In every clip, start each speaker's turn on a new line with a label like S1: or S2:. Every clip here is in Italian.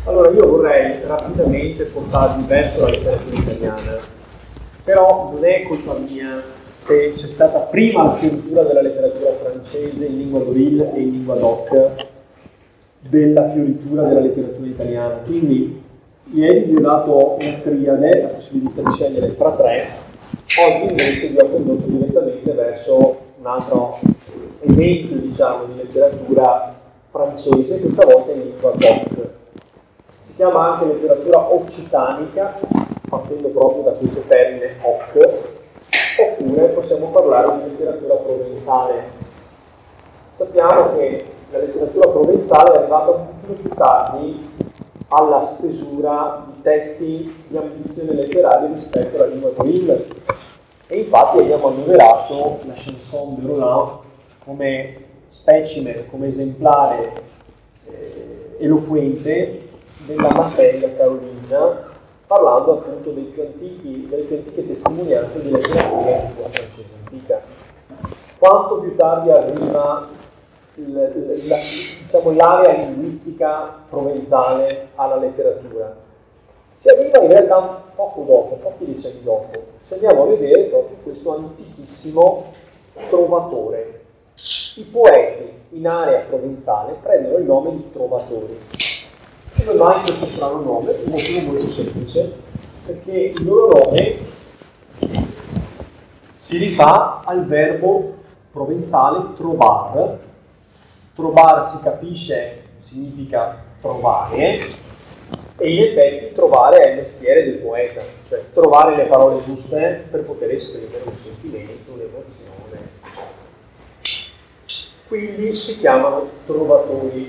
S1: Allora, io vorrei rapidamente portarvi verso la letteratura italiana, però non è colpa mia se c'è stata prima la fioritura della letteratura francese in lingua d'Orille e in lingua doc della fioritura della letteratura italiana. Quindi ieri vi ho dato una triade, la possibilità di scegliere tra tre, oggi invece vi ho condotto direttamente verso un altro esempio, diciamo, di letteratura francese, questa volta in lingua doc. Si chiama anche letteratura occitanica, partendo proprio da questo termine oc, oppure possiamo parlare di letteratura provenzale. Sappiamo che la letteratura provenzale è arrivata un pochino più tardi alla stesura di testi di ambizione letteraria rispetto alla lingua d'Orille, e infatti abbiamo annoverato la chanson de Roland come specimen, come esemplare eloquente della materia carolina, parlando appunto delle più antiche testimonianze di letteratura in lingua francese antica. Quanto più tardi arriva l'area linguistica provenzale alla letteratura? Si arriva in realtà poco dopo, pochi decenni dopo, se andiamo a vedere proprio questo antichissimo trovatore. I poeti in area provenzale prendono il nome di trovatori. Come mai questo strano nome? Un motivo molto semplice, perché il loro nome si rifà al verbo provenzale trovar. Trovar, si capisce, significa trovare, e in effetti trovare è il mestiere del poeta, cioè trovare le parole giuste per poter esprimere un sentimento, un'emozione, eccetera. Quindi si chiamano trovatori.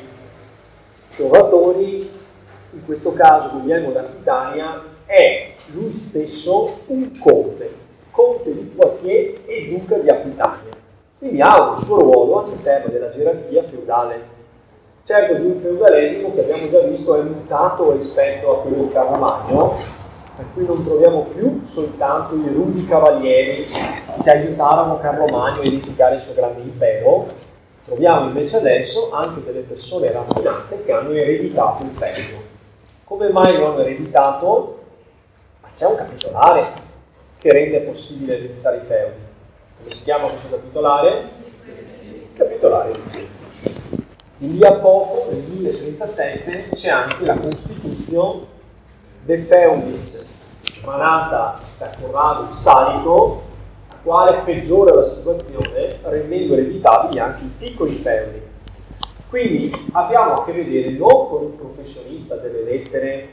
S1: Trovatori, in questo caso Guglielmo d'Aquitania, è lui stesso un conte di Poitiers e duca di Aquitania. Quindi ha un suo ruolo all'interno della gerarchia feudale. Certo, di un feudalesimo che abbiamo già visto è mutato rispetto a quello di Carlo Magno, per cui non troviamo più soltanto i rudi cavalieri che aiutarono Carlo Magno a edificare il suo grande impero, troviamo invece adesso anche delle persone raffinate che hanno ereditato il feudo. Come mai lo hanno ereditato? Ma c'è un capitolare che rende possibile ereditare i feudi. Come si chiama questo capitolare? Capitolare di Firenze. Di lì a poco, nel 1037, c'è anche la Constituzione de Feudis, emanata da Corrado il Salico, la quale peggiora la situazione rendendo ereditati anche i piccoli feudi. Quindi abbiamo a che vedere non con un professionista delle lettere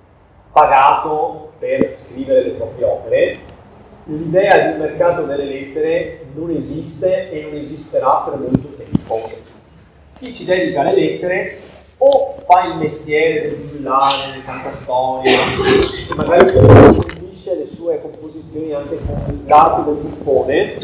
S1: pagato per scrivere le proprie opere. L'idea di un mercato delle lettere non esiste e non esisterà per molto tempo. Chi si dedica alle lettere o fa il mestiere del giullare, del cantastorie, e magari condisce le sue composizioni anche con l'arte del buffone,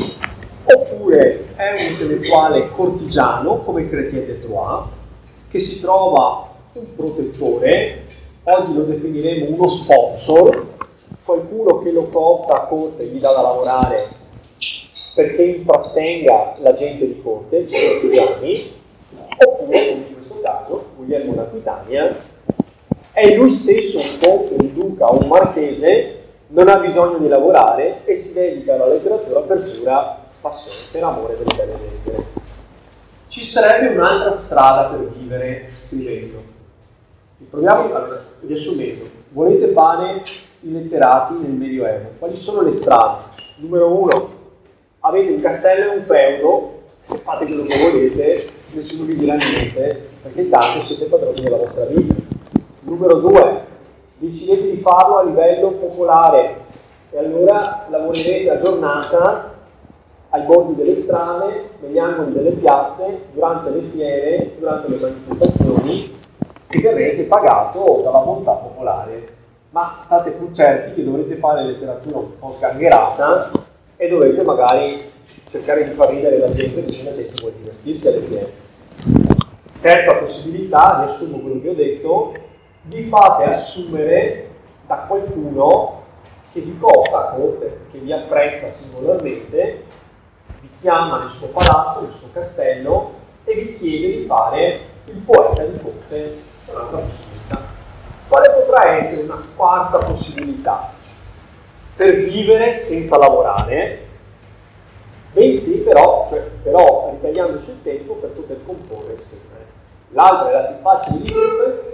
S1: oppure è un intellettuale cortigiano come Chrétien de Troyes, che si trova un protettore, oggi lo definiremo uno sponsor, qualcuno che lo coopta a corte e gli dà da lavorare perché intrattenga la gente di corte, cioè i cortigiani, oppure, come in questo caso, Guglielmo d'Aquitania è lui stesso un conte, un duca o un marchese, non ha bisogno di lavorare e si dedica alla letteratura per pura passione, per amore delle belle lettere. Ci sarebbe un'altra strada per vivere scrivendo. Proviamo, allora, riassumendo, volete fare i letterati nel Medioevo. Quali sono le strade? Numero 1, avete un castello e un feudo, fate quello che volete, nessuno vi dirà niente, perché tanto siete padroni della vostra vita. Numero 2, decidete di farlo a livello popolare e allora lavorerete a giornata ai bordi delle strade, negli angoli delle piazze, durante le fiere, durante le manifestazioni, e verrete pagato dalla bontà popolare. Ma state pur certi che dovrete fare letteratura un po' sgangherata e dovrete magari cercare di far ridere la gente perché la gente vuole divertirsi alle fiere. Terza possibilità, riassumo quello che ho detto, vi fate assumere da qualcuno che vi coopta a corte, che vi apprezza singolarmente, vi chiama nel suo palazzo, nel suo castello e vi chiede di fare il poeta di corte. È un'altra possibilità. Quale potrà essere una quarta possibilità? Per vivere senza lavorare, bensì però ritagliando sul tempo per poter comporre e scrivere. L'altra è la più facile di tutte,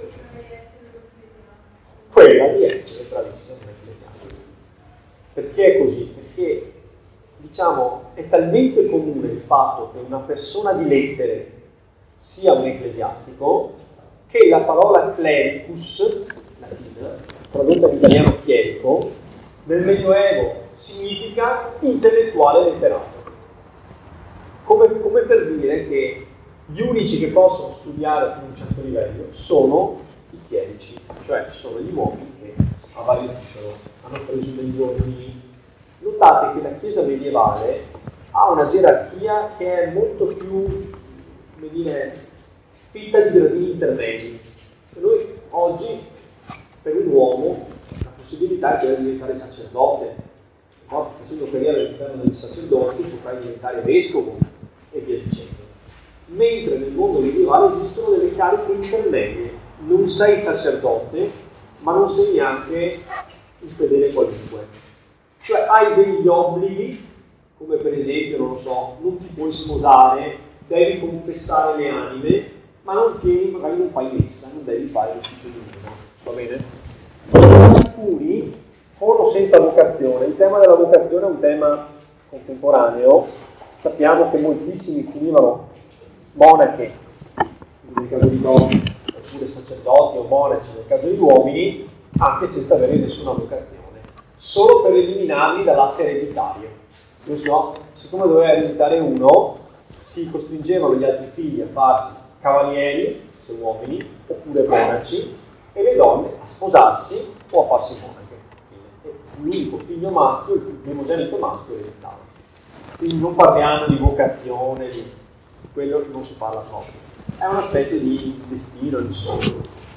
S1: quella di essere bravissimo un ecclesiastico. Perché è così? Perché, diciamo, è talmente comune il fatto che una persona di lettere sia un ecclesiastico che la parola clericus, latina, tradotta in italiano chierico, nel Medioevo significa intellettuale letterato. Come per dire che gli unici che possono studiare fino a un certo livello sono i chierici, cioè sono gli uomini che a vario titolo hanno preso degli ordini. Notate che la Chiesa medievale ha una gerarchia che è molto più, come dire, fitta di gradini intermedi. Noi oggi, per un uomo, la possibilità è quella di diventare sacerdote, no? Facendo carriera all'interno del sacerdote potrai diventare vescovo e via dicendo. Mentre nel mondo medievale esistono delle cariche intermedie. Non sei sacerdote, ma non sei neanche un fedele qualunque. Cioè hai degli obblighi, come per esempio, non lo so, non ti puoi sposare, devi confessare le anime, ma non tieni, magari non fai messa, non devi fare l'ufficio di uno, va bene? Alcuni, con o senza vocazione, il tema della vocazione è un tema contemporaneo, sappiamo che moltissimi finivano monache, nel caso di donne, oppure sacerdoti o monaci nel caso di uomini, anche senza avere nessuna vocazione, solo per eliminarli dall'asse ereditario. Giusto? Siccome doveva ereditare uno, si costringevano gli altri figli a farsi cavalieri, se uomini, oppure monaci, e le donne a sposarsi o a farsi monache. E l'unico figlio maschio, il primogenito maschio, ereditava. Quindi non parliamo di vocazione, di quello che non si parla proprio. È una specie di destino, insomma.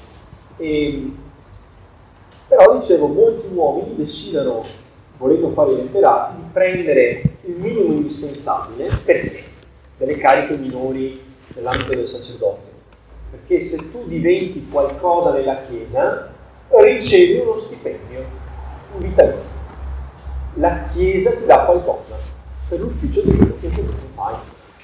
S1: Però, dicevo, molti uomini decidono, volendo fare i letterati, di prendere il minimo indispensabile, perché? Delle cariche minori nell'ambito del sacerdozio. Perché se tu diventi qualcosa nella Chiesa, ricevi uno stipendio, un vitalizio. La Chiesa ti dà qualcosa per l'ufficio di quello che tu fai.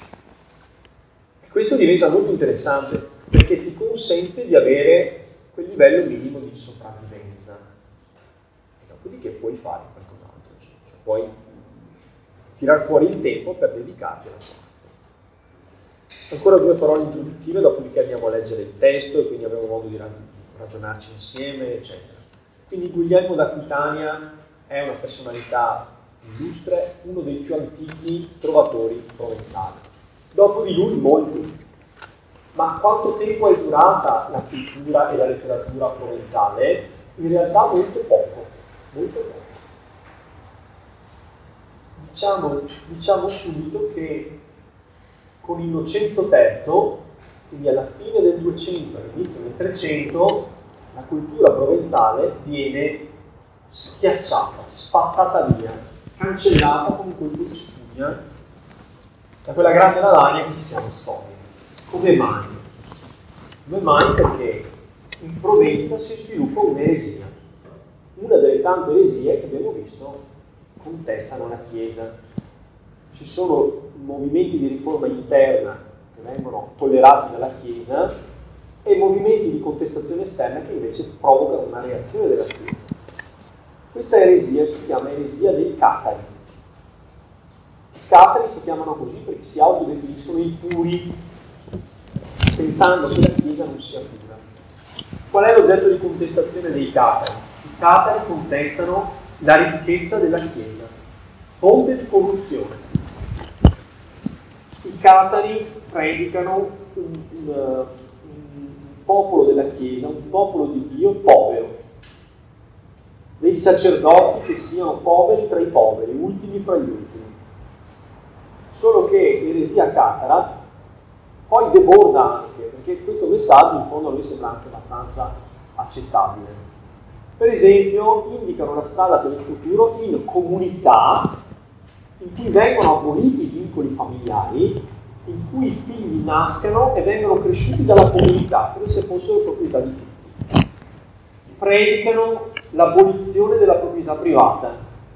S1: E questo diventa molto interessante, perché ti consente di avere quel livello minimo di sopravvivenza. E dopodiché puoi fare qualcos'altro, cioè puoi tirar fuori il tempo per dedicarti alla tua. Ancora due parole introduttive, dopodiché andiamo a leggere il testo e quindi avremo modo di ragionarci insieme, eccetera. Quindi Guglielmo d'Aquitania è una personalità illustre, uno dei più antichi trovatori provenzali. Dopo di lui molti. Ma quanto tempo è durata la cultura e la letteratura provenzale? In realtà molto poco, molto poco. Diciamo subito che con Innocenzo III, quindi alla fine del 200 all'inizio del 300, la cultura provenzale viene schiacciata, spazzata via, cancellata con un colpo di spugna da quella grande lavagna che si chiama storia. Come mai? Come mai? Perché in Provenza si sviluppa un'eresia, una delle tante eresie che abbiamo visto contestano la Chiesa. Ci sono movimenti di riforma interna che vengono tollerati dalla Chiesa e movimenti di contestazione esterna che invece provocano una reazione della Chiesa. Questa eresia si chiama eresia dei Catari. I Catari si chiamano così perché si autodefiniscono i puri, pensando che la Chiesa non sia pura. Qual è l'oggetto di contestazione dei Catari? I Catari contestano la ricchezza della Chiesa, fonte di corruzione. I Catari predicano un popolo della Chiesa, un popolo di Dio povero, dei sacerdoti che siano poveri tra i poveri, ultimi fra gli ultimi. Solo che l'eresia catara poi deborda anche, perché questo messaggio in fondo a noi sembra anche abbastanza accettabile. Per esempio, indicano la strada per il futuro in comunità in cui vengono aboliti i vincoli familiari, in cui i figli nascano e vengono cresciuti dalla comunità, come se fossero proprietà di tutti. predicano l'abolizione della proprietà privata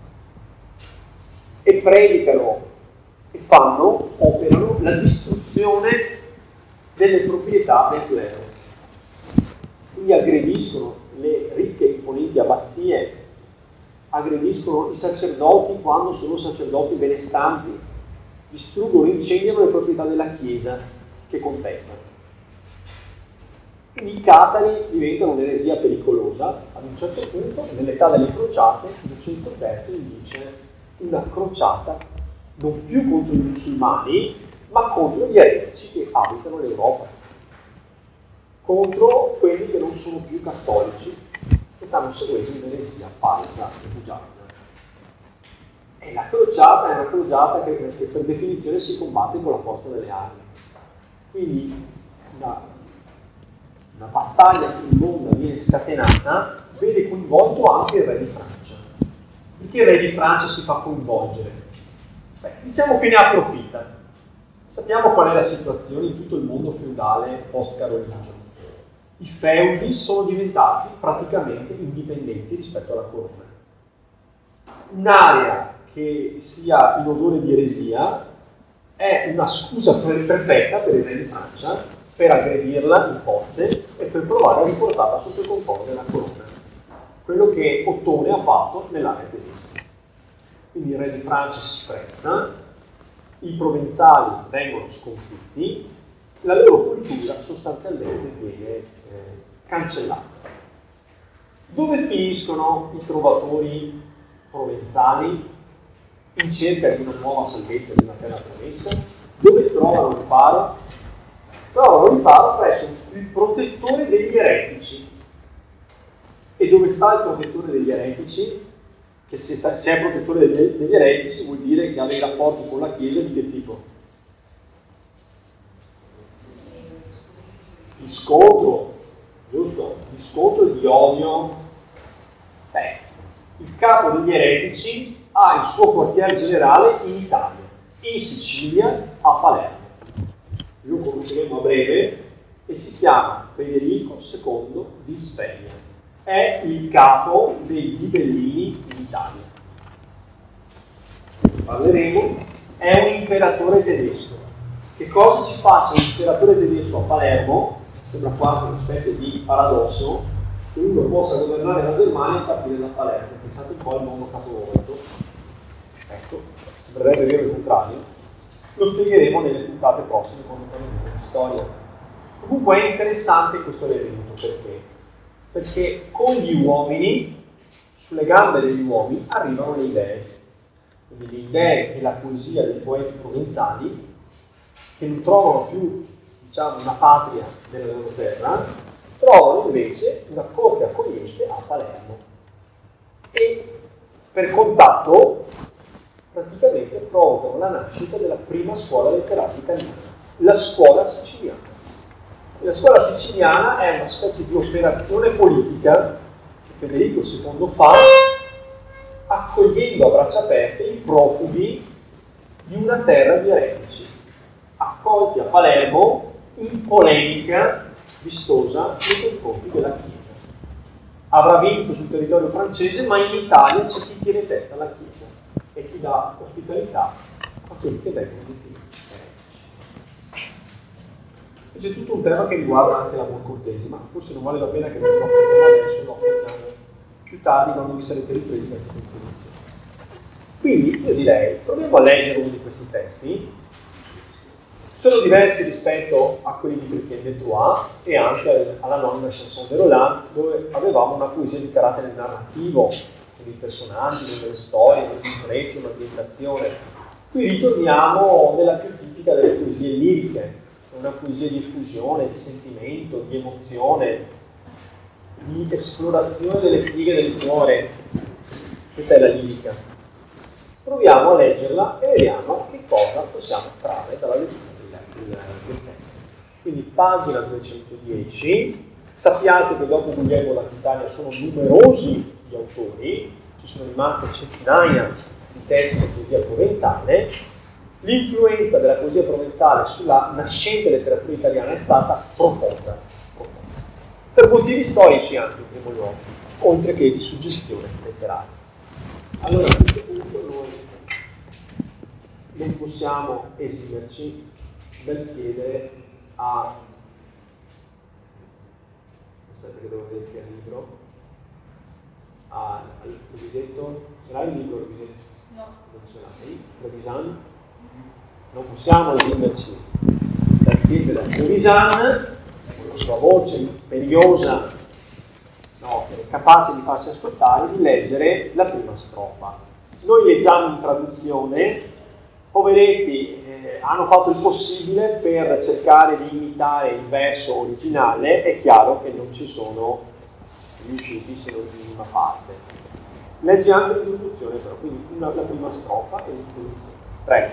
S1: e predicano e operano la distruzione delle proprietà del clero. Quindi aggrediscono le ricche e imponenti abbazie, aggrediscono i sacerdoti quando sono sacerdoti benestanti, distruggono, incendiano le proprietà della Chiesa che contestano. Quindi i catari diventano un'eresia pericolosa. Ad un certo punto, nell'età delle crociate, Innocento III dice una crociata non più contro i musulmani, ma contro gli eretici che abitano l'Europa, contro quelli che non sono più cattolici, che stanno seguendo un'eresia falsa e bugiarda. E la crociata è una crociata che per definizione si combatte con la forza delle armi. Quindi una battaglia che in mondo viene scatenata vede coinvolto anche il re di Francia. Perché il re di Francia si fa coinvolgere? Beh, diciamo che ne approfitta. Sappiamo qual è la situazione in tutto il mondo feudale post-carolingio. I feudi sono diventati praticamente indipendenti rispetto alla corona. Un'area che sia in odore di eresia è una scusa perfetta per il re di Francia per aggredirla in forze e per provare a riportarla sotto il controllo della corona. Quello che Ottone ha fatto nell'area tedesca. Quindi il re di Francia si sprezza, i provenzali vengono sconfitti, la loro cultura sostanzialmente viene cancellata. Dove finiscono i trovatori provenzali in cerca di una nuova salvezza, di una terra promessa? Dove trovano riparo? Trovano riparo presso il protettore degli eretici. E dove sta il protettore degli eretici? Che se è protettore degli eretici vuol dire che ha dei rapporti con la Chiesa di che tipo? Di scontro, giusto? Di scontro e di odio. Il capo degli eretici ha il suo quartier generale in Italia, in Sicilia, a Palermo. Lo conosceremo a breve e si chiama Federico II di Svevia. È il capo dei ghibellini in Italia. Parleremo, è un imperatore tedesco. Che cosa ci faccia un imperatore tedesco a Palermo? Sembra quasi una specie di paradosso che uno possa governare la Germania a partire da Palermo. Pensate un po' al mondo capovolto. Ecco, sembrerebbe vero il contrario. Lo spiegheremo nelle puntate prossime quando parleremo di storia. Comunque è interessante questo elemento, perché? Perché con gli uomini, sulle gambe degli uomini, arrivano le idee. Quindi le idee e la poesia dei poeti provenzali, che non trovano più, diciamo, una patria nella loro terra, trovano invece una corte accogliente a Palermo. E per contatto, praticamente provocano la nascita della prima scuola letteraria italiana, la scuola siciliana. La scuola siciliana è una specie di operazione politica che Federico II fa accogliendo a braccia aperte i profughi di una terra di eretici, accolti a Palermo in polemica vistosa nei confronti della Chiesa. Avrà vinto sul territorio francese, ma in Italia c'è chi tiene testa alla Chiesa e chi dà ospitalità a quelli che vengono definiti eretici. C'è tutto un tema che riguarda anche l'amor cortese, ma forse non vale la pena che lo affrontiamo adesso, lo affrontiamo più tardi quando vi sarete ripresi da questa introduzione. Quindi io direi, proviamo a leggere uno di questi testi. Sono diversi rispetto a quelli di Chrétien de Troyes e anche alla nonna Chanson de Roland, dove avevamo una poesia di carattere narrativo, dei personaggi, delle storie, un intreccio, un'ambientazione. Qui ritorniamo nella più tipica delle poesie liriche, una poesia di effusione, di sentimento, di emozione, di esplorazione delle pieghe del cuore. Questa è la lirica. Proviamo a leggerla e vediamo che cosa possiamo trarre dalla lettura del testo. Quindi pagina 210. Sappiate che dopo Guglielmo d'Aquitania sono numerosi gli autori, ci sono rimaste centinaia di testi di poesia provenzale. L'influenza della poesia provenzale sulla nascente letteratura italiana è stata profonda. Per motivi storici anche, in primo luogo. oltre che di suggestione letteraria. Allora a questo punto noi non possiamo esimerci dal chiedere a... Aspetta che devo vedere che il libro. Al Rovisetto. Ce l'hai il libro Rovisetto?
S2: No.
S1: Non ce l'hai? Rovisan? Non possiamo esimerci dal chiedere a Rovisan, con la sua voce imperiosa, no, capace di farsi ascoltare, di leggere la prima strofa. Noi leggiamo in traduzione, poveretti hanno fatto il possibile per cercare di imitare il verso originale, è chiaro che non ci sono riusciti se non in minima parte. Leggi anche l'introduzione però, quindi la prima strofa e l'introduzione. Prego.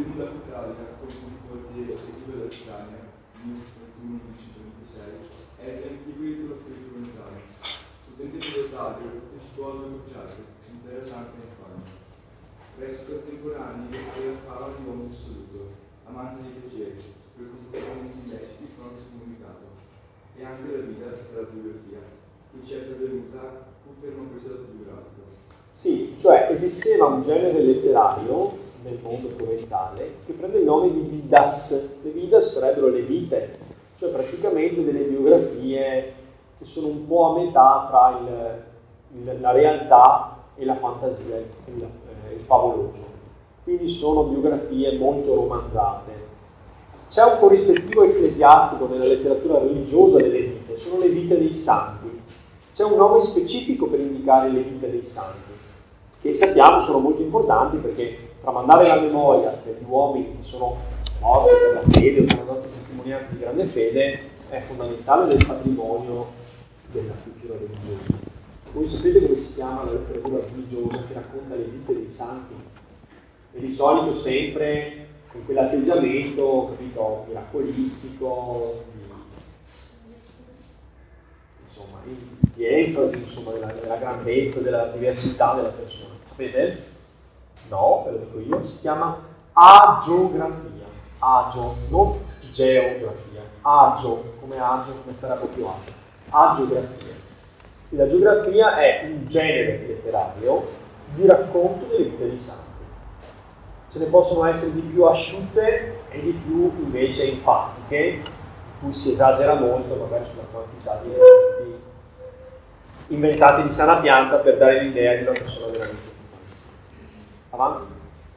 S3: È antiquito provenzale. Potente pilotaggio, partecipato associato, interessante in forma. Presso contemporanei aveva fama di uomo assoluto, amante dei piaceri, per comportamenti illeciti non scomunicato. E anche la vita della biografia, che ci è pervenuta, conferma questo dato biografico.
S1: Sì, cioè esisteva un genere letterario nel mondo provenzale che prende il nome di vidas. Le vidas sarebbero le vite, cioè praticamente delle biografie che sono un po' a metà tra la realtà e la fantasia, il favoloso. Quindi sono biografie molto romanzate. C'è un corrispettivo ecclesiastico nella letteratura religiosa delle vite, sono le vite dei santi. C'è un nome specifico per indicare le vite dei santi, che sappiamo sono molto importanti perché tramandare la memoria degli uomini che sono morti per la fede o che hanno dato testimonianza di grande fede è fondamentale nel patrimonio della cultura religiosa. Voi sapete come si chiama la letteratura religiosa che racconta le vite dei santi? E di solito sempre con quell'atteggiamento, capito, miracolistico, insomma, di enfasi, insomma, della grandezza, della diversità della persona. Sapete? No, ve lo dico io, si chiama agiografia. Agio, non geografia. Agio, come stare a più agio. Agiografia. E la geografia è un genere letterario di racconto delle vite dei santi. Ce ne possono essere di più asciutte e di più invece enfatiche, in cui si esagera molto magari sulla quantità di elementi inventati di sana pianta per dare l'idea di una persona veramente importante. Avanti.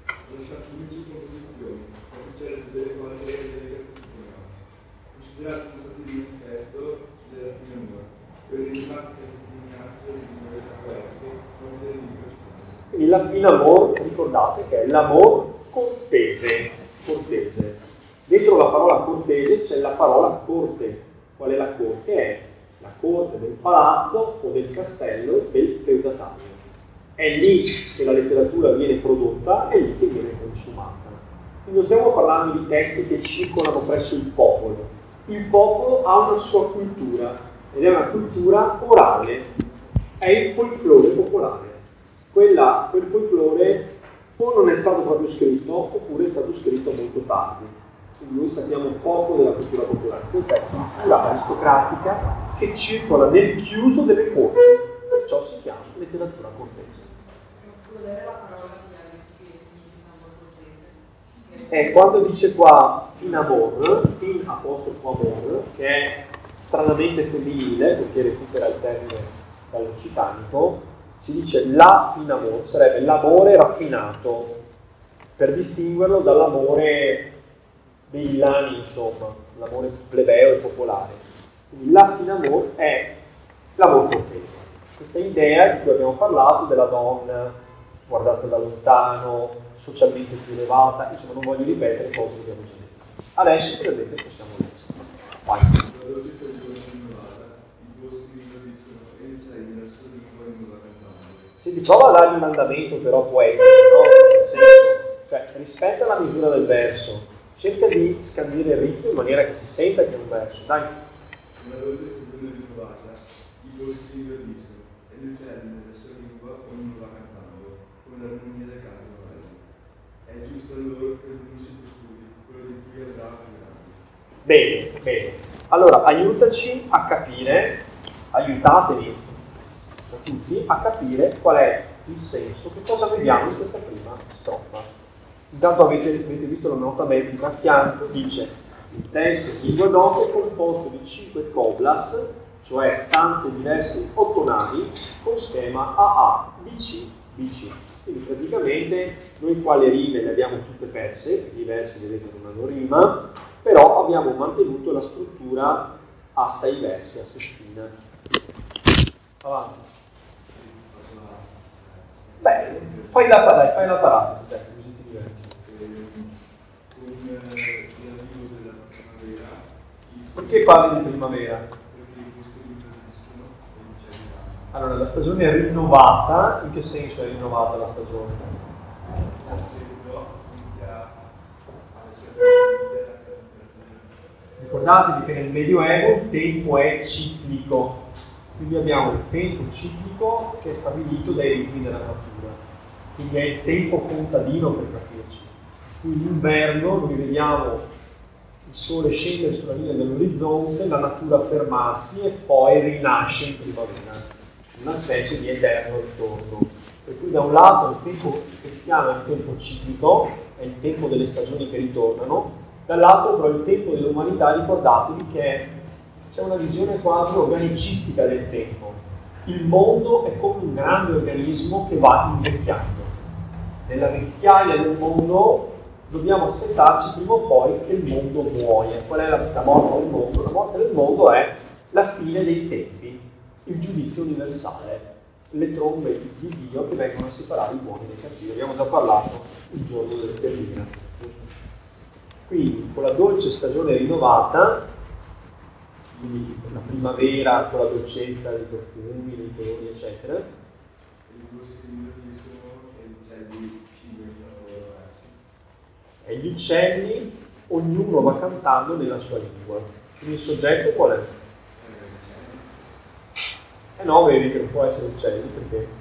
S3: Considerato un stato di manifesto della fine amore, per l'enigmatica testimonianza di un'unità poetiche, non del libro cittadino.
S1: Quindi la fine amor, ricordate che è l'amor cortese. Dentro la parola cortese c'è la parola corte. Qual è la corte? È la corte del palazzo o del castello del feudatario. È lì che la letteratura viene prodotta, è lì che viene consumata. Quindi non stiamo parlando di testi che circolano presso il popolo. Il popolo ha una sua cultura ed è una cultura orale, è il folklore popolare. Quel folklore o non è stato proprio scritto oppure è stato scritto molto tardi. Quindi noi sappiamo poco della cultura popolare. Questa è cultura aristocratica che circola nel chiuso delle corti, perciò si chiama letteratura cortese.
S2: Qual è la parola che significa amor cortese?
S1: Quando dice qua fin amor, fin apostrofo amor, che è stranamente femminile perché recupera il termine dall'occitanico, si dice la fin amor, sarebbe l'amore raffinato, per distinguerlo dall'amore dei villani, insomma, l'amore plebeo e popolare. Quindi la fin amor è l'amor cortese. Questa idea di cui abbiamo parlato della donna guardata da lontano, socialmente più elevata, insomma non voglio ripetere cose che abbiamo già detto. Adesso per esempio possiamo leggere. Vai. Senti, prova a dargli un andamento però poetico, no? Nel senso, cioè rispetta la misura del verso, cerca di scandire il ritmo in maniera che si senta che è un verso, dai.
S3: Una volta stagione ritrovata, i boschi inverdiscono e gli uccelli nella sua lingua ognuno va cantando, con l'armonia del canto bello. È giusto allora che ognuno si procuri quello di cui avrà più grande.
S1: Bene, bene. Allora, aiutaci a capire, aiutatemi, tutti a capire qual è il senso, che cosa vediamo in questa prima strofa. Intanto avete visto la nota metrica a fianco, dice il testo in lingua d'oc è composto di 5 coblas, cioè stanze diverse ottonali, con schema AA, BC, BC. Quindi praticamente noi qua le rime le abbiamo tutte perse, diverse vedete non hanno rima, però abbiamo mantenuto la struttura a 6 versi, a sestina. Avanti. Beh, fai la parata, così ti diverti.
S3: Con l'arrivo della primavera.
S1: Perché parli di primavera?
S3: Perché i boschi rinnoviscono e non c'è di
S1: Allora, la stagione è rinnovata, in che senso è rinnovata la stagione?
S3: Inizia a essere
S1: Ricordatevi che nel Medioevo il tempo è ciclico, quindi abbiamo il tempo ciclico che è stabilito dai ritmi della natura, quindi è il tempo contadino per capirci. Qui l'inverno noi vediamo il sole scendere sulla linea dell'orizzonte, la natura fermarsi e poi rinasce in primavera, una specie di eterno ritorno. Per cui da un lato il tempo cristiano è un tempo ciclico, è il tempo delle stagioni che ritornano, dall'altro però il tempo dell'umanità, ricordatevi che c'è una visione quasi organicistica del tempo. Il mondo è come un grande organismo che va invecchiando. Nella vecchiaia del mondo dobbiamo aspettarci prima o poi che il mondo muoia. Qual è la morte del mondo? La morte del mondo è la fine dei tempi, il giudizio universale, le trombe di Dio che vengono a separare i buoni dai cattivi. Abbiamo già parlato il giorno dell'Eternità. Quindi con la dolce stagione rinnovata, quindi la primavera con la dolcezza dei profumi, dei colori, eccetera,
S3: i boschi rinnoviscono e gli uccelli scivolano verso.
S1: e gli uccelli, ognuno va cantando nella sua lingua. Quindi il soggetto qual è? No, vedi che non può essere uccelli, perché?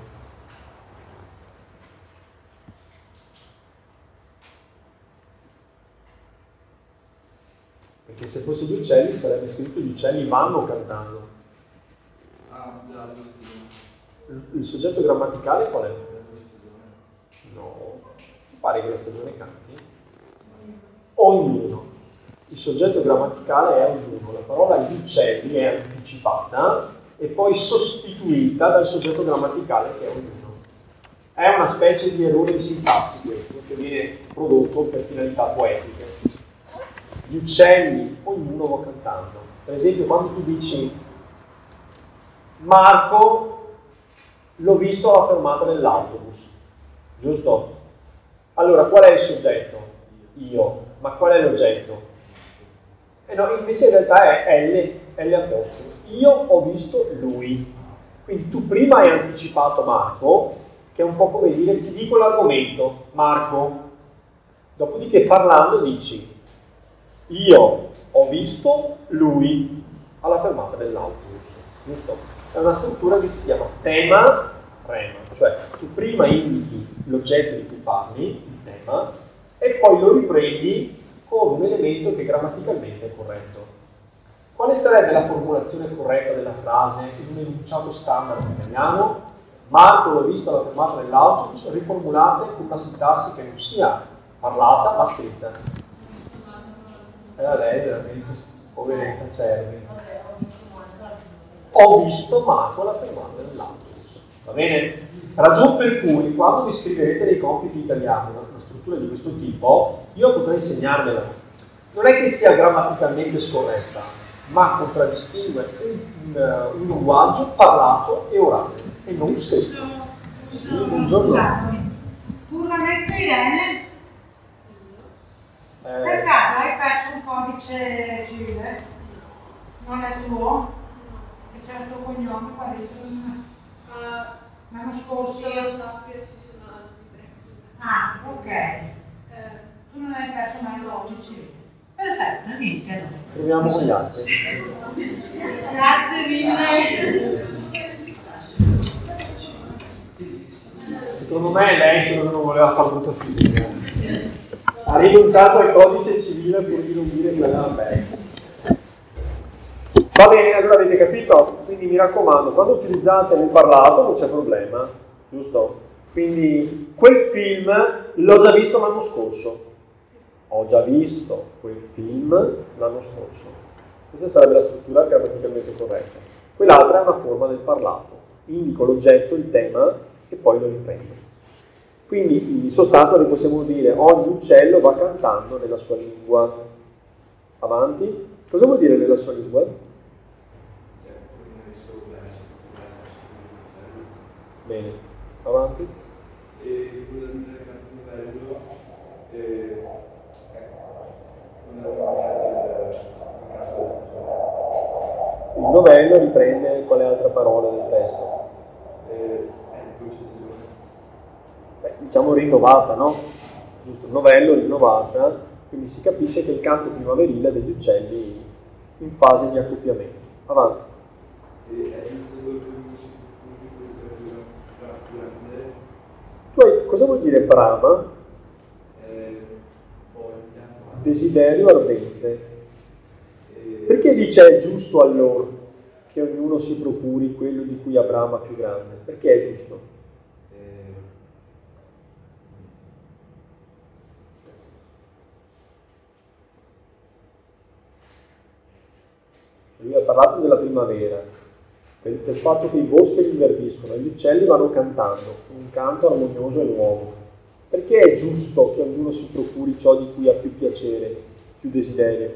S1: Perché se fosse gli uccelli sarebbe scritto gli uccelli vanno cantando.
S3: Ah, la
S1: Il soggetto grammaticale qual è? No, mi pare che la stagione canti. Ognuno. Il soggetto grammaticale è ognuno. La parola gli uccelli è anticipata e poi sostituita dal soggetto grammaticale che è ognuno. È una specie di errore di sintassi questo, che viene prodotto per finalità poetiche. Gli uccelli, ognuno va cantando. Per esempio, quando tu dici Marco, l'ho visto alla fermata dell'autobus, giusto? Allora, qual è il soggetto? Io. Ma qual è l'oggetto? No, invece in realtà è L apostolo. Io ho visto lui. Quindi tu prima hai anticipato Marco, che è un po' come dire ti dico l'argomento, Marco. Dopodiché parlando dici io ho visto lui alla fermata dell'autobus, giusto? È una struttura che si chiama tema, rema, cioè tu prima indichi l'oggetto di cui parli, il tema, e poi lo riprendi con un elemento che grammaticalmente è corretto. Quale sarebbe la formulazione corretta della frase in un enunciato standard italiano? Marco l'ho visto alla fermata dell'autobus, riformulate con una sintassi che non sia parlata ma scritta. Era lei veramente poveretta, Cervi. Ho visto Marco alla fermata dell'autobus. Va bene? Ragion per cui quando vi scriverete dei compiti italiani, una struttura di questo tipo, io potrei insegnarvela. Non è che sia grammaticalmente scorretta, ma contraddistingue un linguaggio parlato e orale, e non scritto. Sì, buongiorno.
S4: Puramente Irene, per caso hai perso un codice civile? Non è tuo? Che c'è il tuo cognome, qual è il tuo? L'anno scorso?
S2: Io sappia ci sono altri 3.
S4: Ah, ok. Tu non hai perso mai il codice civile? Perfetto, niente allora.
S1: Proviamo con gli altri.
S4: Grazie mille.
S1: Secondo me lei quello che non voleva fare brutta figura. Ha rinunciato al codice civile pur di non dire che l'aveva perso. Va bene, allora avete capito? Quindi mi raccomando, quando utilizzate nel parlato non c'è problema, giusto? Quindi quel film l'ho già visto l'anno scorso. Ho già visto quel film l'anno scorso. Questa sarebbe la struttura grammaticalmente corretta. Quell'altra è una forma del parlato. Indico l'oggetto, il tema e poi lo riprendo. Quindi in sostanza noi possiamo dire ogni uccello va cantando nella sua lingua. Avanti. Cosa vuol dire nella sua lingua? Bene. Avanti.
S3: E quello del novello
S1: il novello riprende quale altra parola del testo? Diciamo rinnovata, no? Giusto, il novello rinnovata, quindi si capisce che il canto primaverile degli uccelli in fase di accoppiamento. Avanti. Cosa vuol dire brama? Desiderio ardente. Perché dice è giusto allora che ognuno si procuri quello di cui ha brama più grande? Perché è giusto? Lui ha parlato della primavera, del fatto che i boschi rinverdiscono e gli uccelli vanno cantando, un canto armonioso e nuovo. Perché è giusto che ognuno si procuri ciò di cui ha più piacere, più desiderio?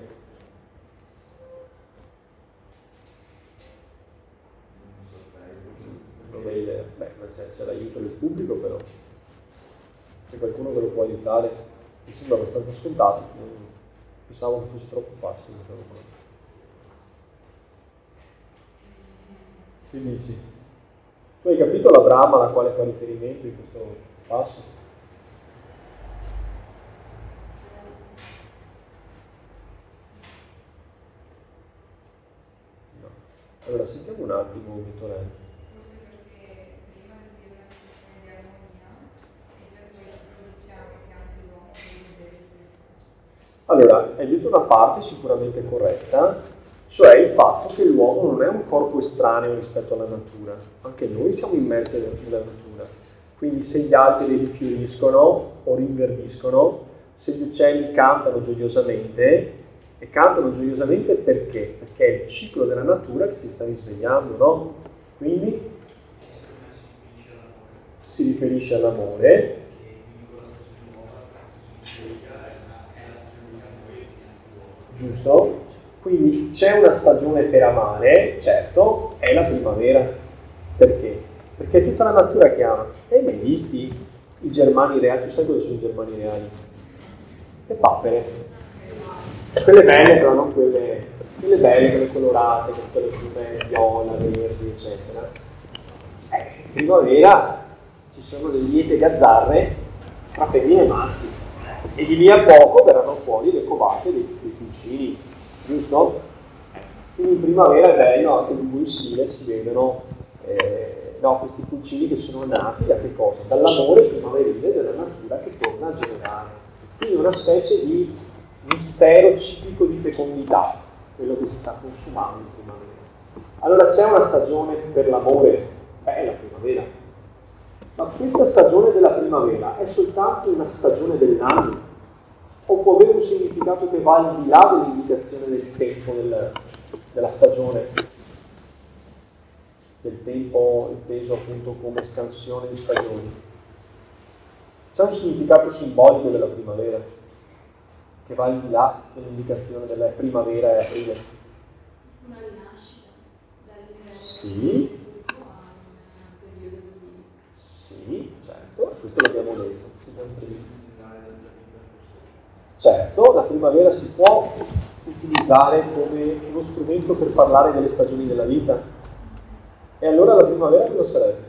S1: C'è l'aiuto del pubblico, però se qualcuno ve lo può aiutare mi sembra abbastanza scontato, pensavo che fosse troppo facile. Che dici? Tu hai capito la brama alla quale fa riferimento in questo passo? No. Allora sentiamo un attimo, Vittorio. Allora, hai detto una parte sicuramente corretta, cioè il fatto che l'uomo non è un corpo estraneo rispetto alla natura, anche noi siamo immersi nella natura, quindi se gli alberi rifioriscono o rinverdiscono, se gli uccelli cantano gioiosamente, e cantano gioiosamente perché? Perché è il ciclo della natura che si sta risvegliando, no? Quindi si riferisce all'amore. Giusto? Quindi c'è una stagione per amare, certo, è la primavera. Perché? Perché è tutta la natura che ama. Hai mai visti i germani reali? Tu sai cosa sono i germani reali? Le papere. Quelle belle però, non quelle belle, quelle colorate, con quelle piume viola, verdi, eccetera. In primavera ci sono le liete gazzarre tra femmine e maschi. E di lì a poco verranno fuori le covate dei pulcini, giusto? Quindi in primavera è bello, anche di buon stile si vedono questi pulcini che sono nati da che cosa? Dall'amore primaverile della natura che torna a generare. Quindi una specie di mistero ciclico di fecondità, quello che si sta consumando in primavera. Allora c'è una stagione per l'amore, è la primavera. Ma questa stagione della primavera è soltanto una stagione dell'anno? O può avere un significato che va al di là dell'indicazione del tempo della stagione? Del tempo inteso appunto come scansione di stagioni. C'è un significato simbolico della primavera che va al di là dell'indicazione della primavera e aprile?
S2: Una rinascita dall'inverno.
S1: Sì. Sì, certo, questo l'abbiamo detto. Certo, la primavera si può utilizzare come uno strumento per parlare delle stagioni della vita. E allora la primavera cosa sarebbe?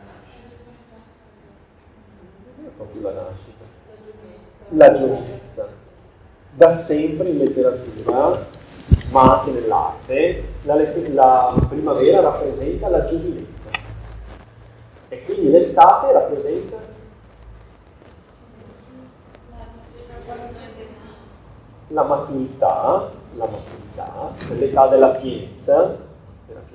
S1: Non è proprio la nascita. La giovinezza. Da sempre in letteratura, ma anche nell'arte, la primavera rappresenta la giovinezza. E quindi l'estate rappresenta la maturità, l'età della pienezza,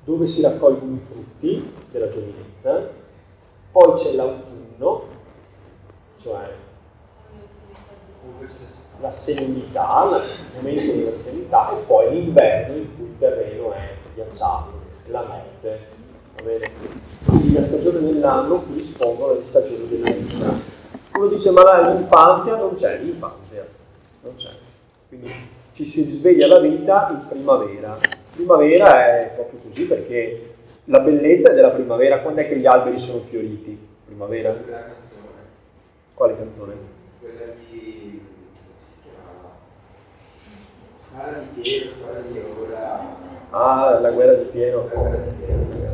S1: dove si raccolgono i frutti della giovinezza, poi c'è l'autunno, cioè la senilità, il momento della senilità, e poi l'inverno in cui il terreno è ghiacciato, la notte, va bene? Quindi la stagione dell'anno corrispondono alle stagioni della vita. Uno dice, ma l'infanzia non c'è, l'infanzia non c'è. Quindi ci si risveglia la vita in primavera. Primavera è proprio così perché la bellezza è della primavera. Quando è che gli alberi sono fioriti? Primavera?
S5: La canzone.
S1: Quale canzone?
S5: Quella di... Spara di Piero, spara di ora.
S1: Ah, la guerra di Piero.
S5: La guerra di Piero.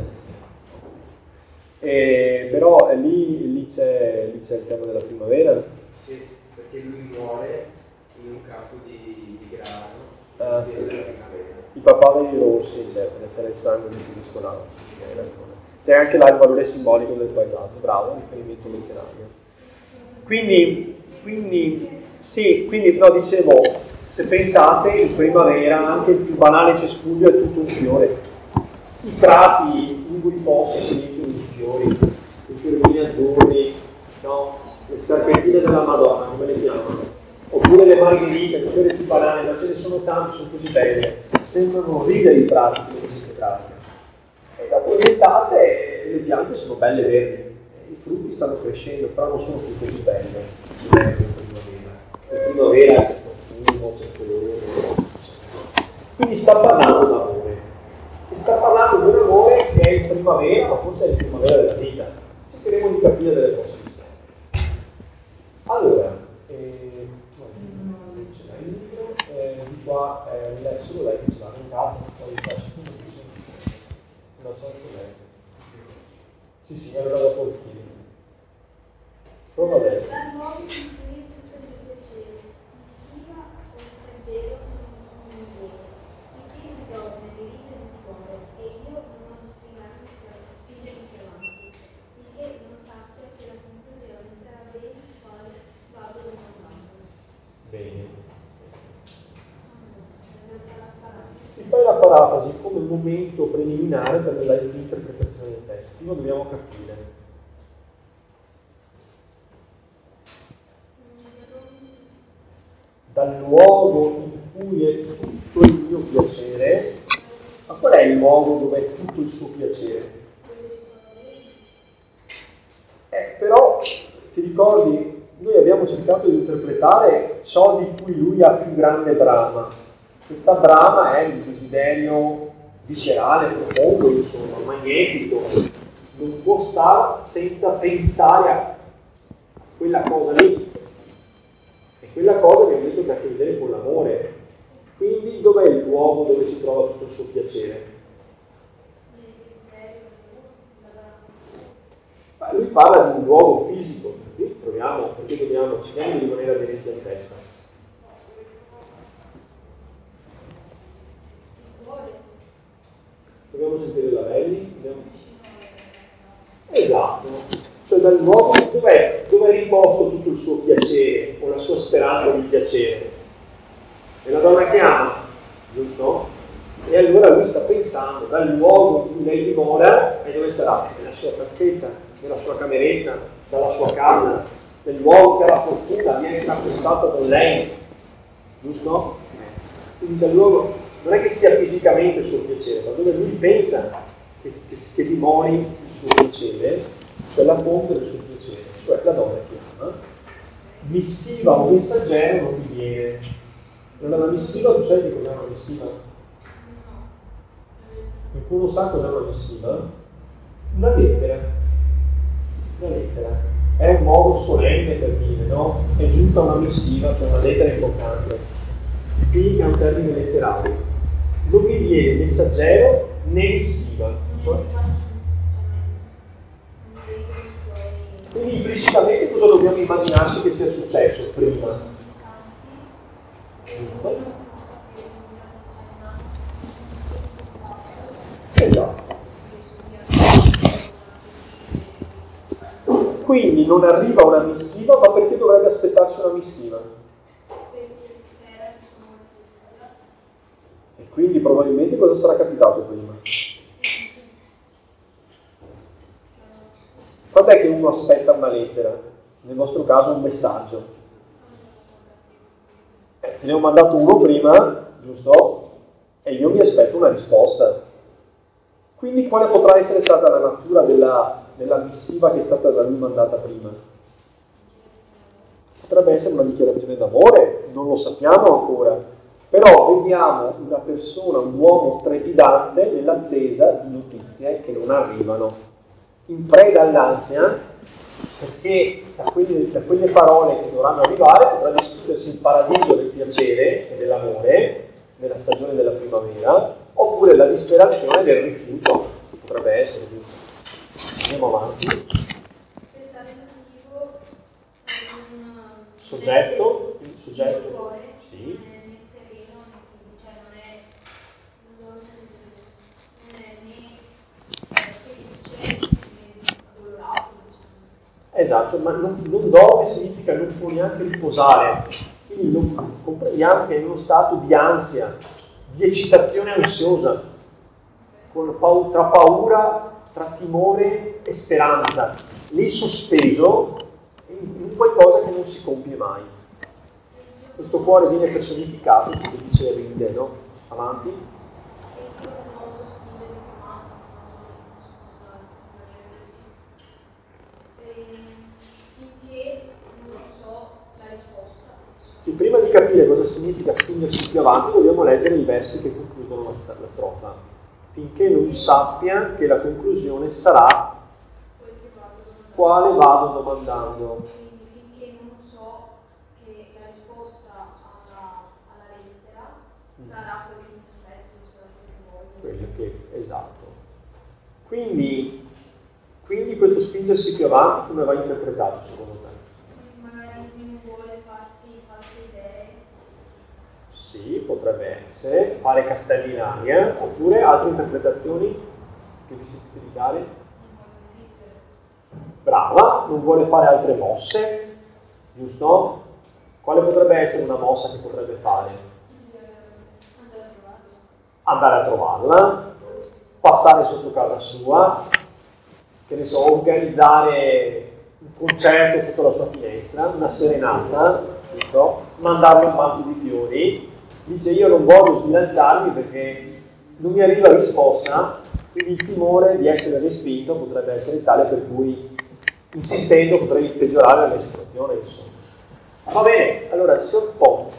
S1: Però lì c'è il tema della primavera.
S5: Sì, perché lui muore in un campo di grano.
S1: Ah,
S5: Della
S1: sì.
S5: primavera.
S1: I papaveri rossi, c'era il sangue che si mescolava. C'è anche là il valore simbolico del paesaggio, bravo, riferimento letterario. Quindi no, dicevo, se pensate, in primavera anche il più banale cespuglio è tutto un fiore. I prati, unguli fossi, si mettono di fiori, i fiorini azzurri, no? Le serpentine della Madonna, come le chiamano? Oppure le margherite, le fiori più banali, ma ce ne sono tanti, sono così belle. Sembrano ridere i prati, questi prati. E dopo l'estate le piante sono belle verdi, i frutti stanno crescendo, però non sono più così belle come in primavera. In primavera c'è profumo, c'è colore. Quindi sta parlando d'amore. E sta parlando di un amore che è in primavera, ma forse è in primavera della vita. Cercheremo di capire delle cose di storia. Allora, ce l'hai il libro, di qua l'Exodo, lei ce l'ha arrancato, poi faccio non so cos'è. Sì, allora dopo il film. Prova adesso.
S6: Da nuovo in cui tutto il piacere, missiva o messaggero non mi viene. Sicché mi trovo nelle rite del cuore e io non oso spingermi più avanti, finché non sappia che la conclusione sarà bene quale vado da un lato.
S1: Bene. Si fa la parafrasi come momento preliminare per l'interpretazione del testo. Prima dobbiamo capire. Dal luogo in cui è tutto il mio piacere, ma qual è il luogo dove è tutto il suo piacere? Però, ti ricordi, noi abbiamo cercato di interpretare ciò di cui lui ha più grande brama. Questa brama è un desiderio viscerale, profondo, insomma, magnetico. Non può stare senza pensare a quella cosa lì. E quella cosa mi ha detto che ha a che vedere con l'amore. Quindi dov'è il luogo dove si trova tutto il suo piacere? Ma lui parla di un luogo fisico. Qui proviamo, perché cerchiamo di rimanere aderenti al testo. Dobbiamo sentire la Belli? Esatto, cioè dal luogo dove è riposto tutto il suo piacere o la sua speranza di piacere. E la donna che ama, giusto? E allora lui sta pensando dal luogo in cui lei dimora e dove sarà? Nella sua tazzetta, nella sua cameretta, dalla sua casa, nel luogo che ha la fortuna di essere accostato con lei, giusto? Quindi dal luogo non è che sia fisicamente il suo piacere, ma dove lui pensa che dimori il suo piacere, cioè la fonte del suo piacere, cioè la donna che ama. Missiva o messaggero non mi viene. Non è una missiva, tu sai che cos'è una missiva? Qualcuno sa cos'è una missiva? Una lettera. Una lettera. È un modo solenne per dire, no? È giunta una missiva, cioè una lettera importante. Quindi è un termine letterario. Non mi viene messaggero né missiva. Quindi implicitamente cosa dobbiamo immaginarci che sia successo prima? Giusto? Esatto. Quindi non arriva una missiva, ma perché dovrebbe aspettarsi una missiva? E quindi probabilmente cosa sarà capitato prima? quando è che uno aspetta una lettera? Nel vostro caso un messaggio. Te ne ho mandato uno prima, giusto? E io mi aspetto una risposta. Quindi quale potrà essere stata la natura della missiva che è stata da lui mandata prima? Potrebbe essere una dichiarazione d'amore, non lo sappiamo ancora, però vediamo una persona, un uomo trepidante nell'attesa di notizie che non arrivano, in preda all'ansia, perché da quelle parole che dovranno arrivare potrebbe scriversi il paradiso del piacere e dell'amore nella stagione della primavera, oppure la disperazione del rifiuto, potrebbe essere. Andiamo avanti. Soggetto, sì. Esatto, ma non dorme significa non può neanche riposare, quindi comprendiamo che è in uno stato di ansia, di eccitazione ansiosa, tra paura, tra timore e speranza, lì sospeso in qualcosa che non si compie mai. Questo cuore viene personificato, come dice Rinde, no? Avanti. Sì, prima di capire cosa significa spingersi più avanti, dobbiamo leggere i versi che concludono la strofa. Finché non sappia che la conclusione sarà quale vado domandando.
S6: Finché non so che la risposta alla lettera sarà quello che mi aspetto, sarà quello che voglio.
S1: Esatto. Quindi questo spingersi più avanti come va interpretato secondo te?
S6: Magari non vuole farsi false idee.
S1: Sì, potrebbe essere, fare castelli in aria, oppure altre interpretazioni che vi sentite di dare?
S6: Non vuole esistere.
S1: Brava, non vuole fare altre mosse, giusto? Quale potrebbe essere una mossa che potrebbe fare? Andare a trovarla, passare sotto casa sua, che ne so, organizzare un concerto sotto la sua finestra, una serenata, giusto? Mandarle un mazzo di fiori. Dice io non voglio sbilanciarmi perché non mi arriva risposta, quindi il timore di essere respinto potrebbe essere tale per cui insistendo potrei peggiorare la mia situazione, insomma. Va bene, allora si oppone.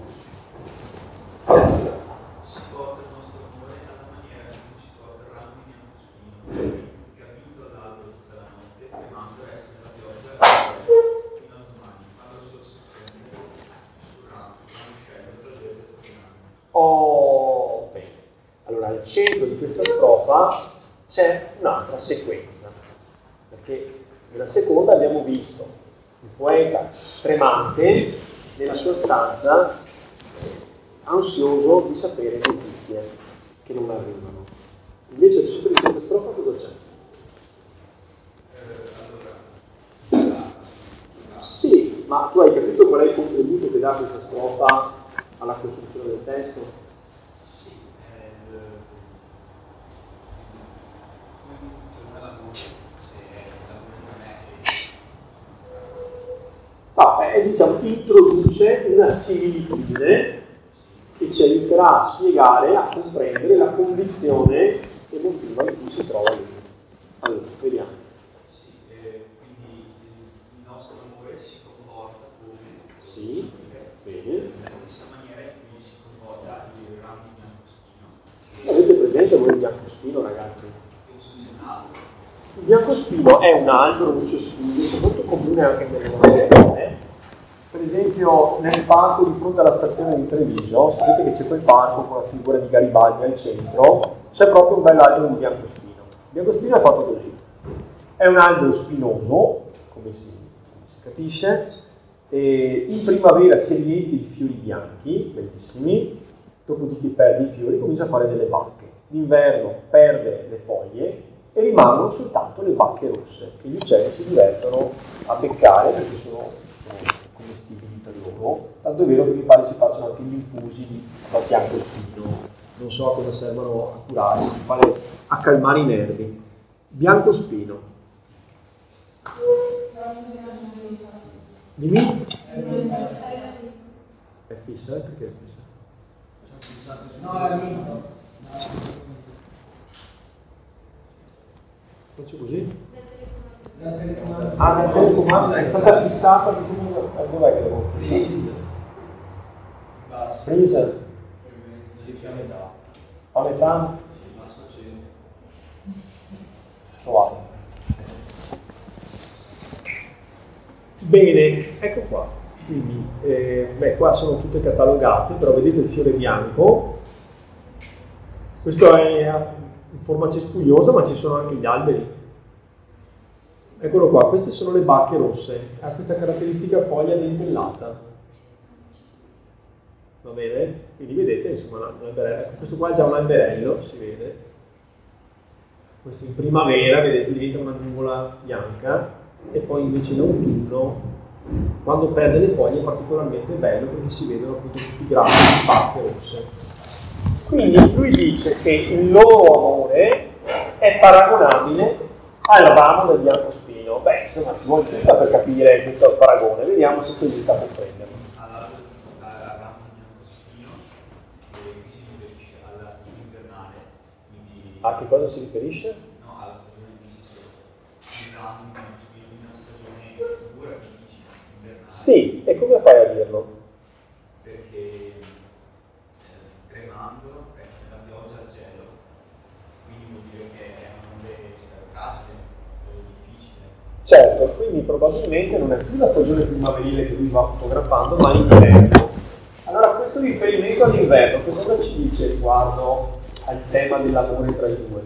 S7: Si porta il nostro amore alla maniera in cui ci porta il ramo di biancospino, che ha vinto all'albero tutta la notte, tremando resto nella pioggia fino a domani, quando il sole si prende sul ramo uscello tra le due.
S1: Oh, bene. Allora, al centro di questa strofa c'è un'altra sequenza, perché nella seconda abbiamo visto il poeta tremante nella sua stanza, ansioso di sapere notizie che non arrivano. Invece al centro di questa strofa cosa c'è? Sì, ma tu hai capito qual è il contributo che dà questa strofa alla costruzione del testo?
S7: Sì, come funziona l'amore, se l'amore non è
S1: Diciamo, introduce una similitudine che ci aiuterà a spiegare, a comprendere la condizione emotiva in cui si trova lui. Allora, vediamo.
S7: Sì, quindi il nostro amore si comporta come
S1: Sì, bene.
S7: nella stessa maniera in cui si comporta il ramo di biancospino.
S1: Avete presente voi il biancospino, ragazzi?
S7: Penso sia un albero.
S1: Il biancospino è un albero, un cespuglio, molto comune anche nelle nostre zone. Per esempio nel parco di fronte alla stazione di Treviso, sapete che c'è quel parco con la figura di Garibaldi al centro, c'è proprio un bel albero di biancospino. Il biancospino è fatto così. È un albero spinoso, come si capisce, e in primavera si riempie di fiori bianchi, bellissimi, dopodiché perde i fiori e comincia a fare delle bacche. D'inverno perde le foglie e rimangono soltanto le bacche rosse, che gli uccelli si divertono a beccare perché sono commestibili per loro, tanto è vero che mi pare si facciano anche gli infusi di biancospino, non so a cosa servono a curare, mi pare a calmare i nervi. Biancospino. Dimmi? È fissa? Perché è fissa?
S5: No, è vinto.
S1: Faccio così?
S5: La telecomanda.
S1: Ah, la telecomanda è stata fissata di dov'è che devo fissare?
S5: Basso.
S1: Freezer?
S5: Sì, più a metà.
S1: A metà?
S5: Basso 100.
S1: Trovato. Bene, ecco qua. Quindi, qua sono tutte catalogate, però vedete il fiore bianco. Questo è in forma cespugliosa, ma ci sono anche gli alberi. Eccolo qua, queste sono le bacche rosse, ha questa caratteristica foglia dentellata. Va bene? Quindi vedete, insomma, ecco, questo qua è già un alberello, si vede. Questo in primavera, vedete, diventa una nuvola bianca, e poi invece in autunno, quando perde le foglie, è particolarmente bello perché si vedono appunto questi grafi di bacche rosse. Quindi lui dice che il loro amore è paragonabile al ramo del biancospino. Beh, insomma, ci vuole tutta per capire questo paragone. Vediamo se tu riesci a comprenderlo.
S7: Al ramo del biancospino, qui si riferisce alla stagione invernale. Quindi,
S1: A che cosa si riferisce?
S7: no, alla stagione di il ramo del biancospino in una stagione dura, difficile, invernale.
S1: Sì, e come fai a dirlo?
S7: Perché tremando resta la pioggia al gelo, quindi vuol dire che è un amore fragile, difficile.
S1: Certo, quindi probabilmente non è più la stagione primaverile che lui va fotografando, ma l'inverno. Allora, questo riferimento all'inverno, che cosa ci dice riguardo al tema dell'amore tra i due?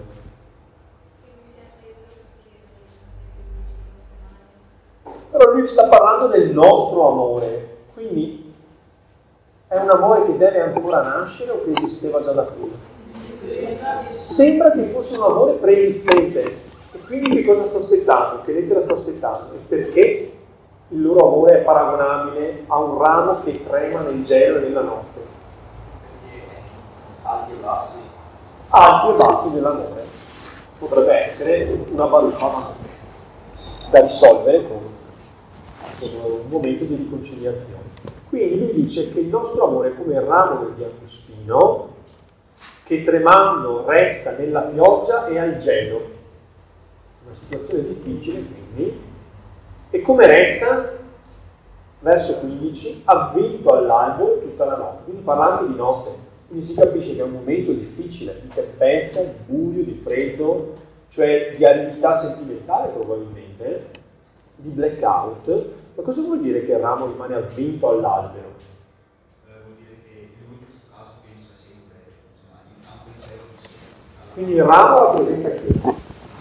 S1: Però lui sta parlando del nostro amore, quindi è un amore che deve ancora nascere o che esisteva già da prima? Sembra che fosse un amore preesistente. E quindi che cosa sta aspettando? Che lettera sta aspettando? E perché il loro amore è paragonabile a un ramo che trema nel gelo e nella notte?
S5: Perché alti e bassi.
S1: Alti e bassi dell'amore. Potrebbe essere una valuta da risolvere con un momento di riconciliazione. Quindi lui dice che il nostro amore è come il ramo del biancospino che tremando resta nella pioggia e al gelo. Una situazione difficile, quindi. E come resta? Verso 15, avvinto all'albo tutta la notte. Quindi parla anche di notte. Quindi si capisce che è un momento difficile, di tempesta, di buio, di freddo, cioè di aridità sentimentale probabilmente, di blackout. Ma cosa vuol dire che il ramo rimane avvinto all'albero?
S7: Vuol dire che lui in questo caso pensa sempre, insomma, ha un pensiero alla
S1: Quindi il ramo rappresenta chi?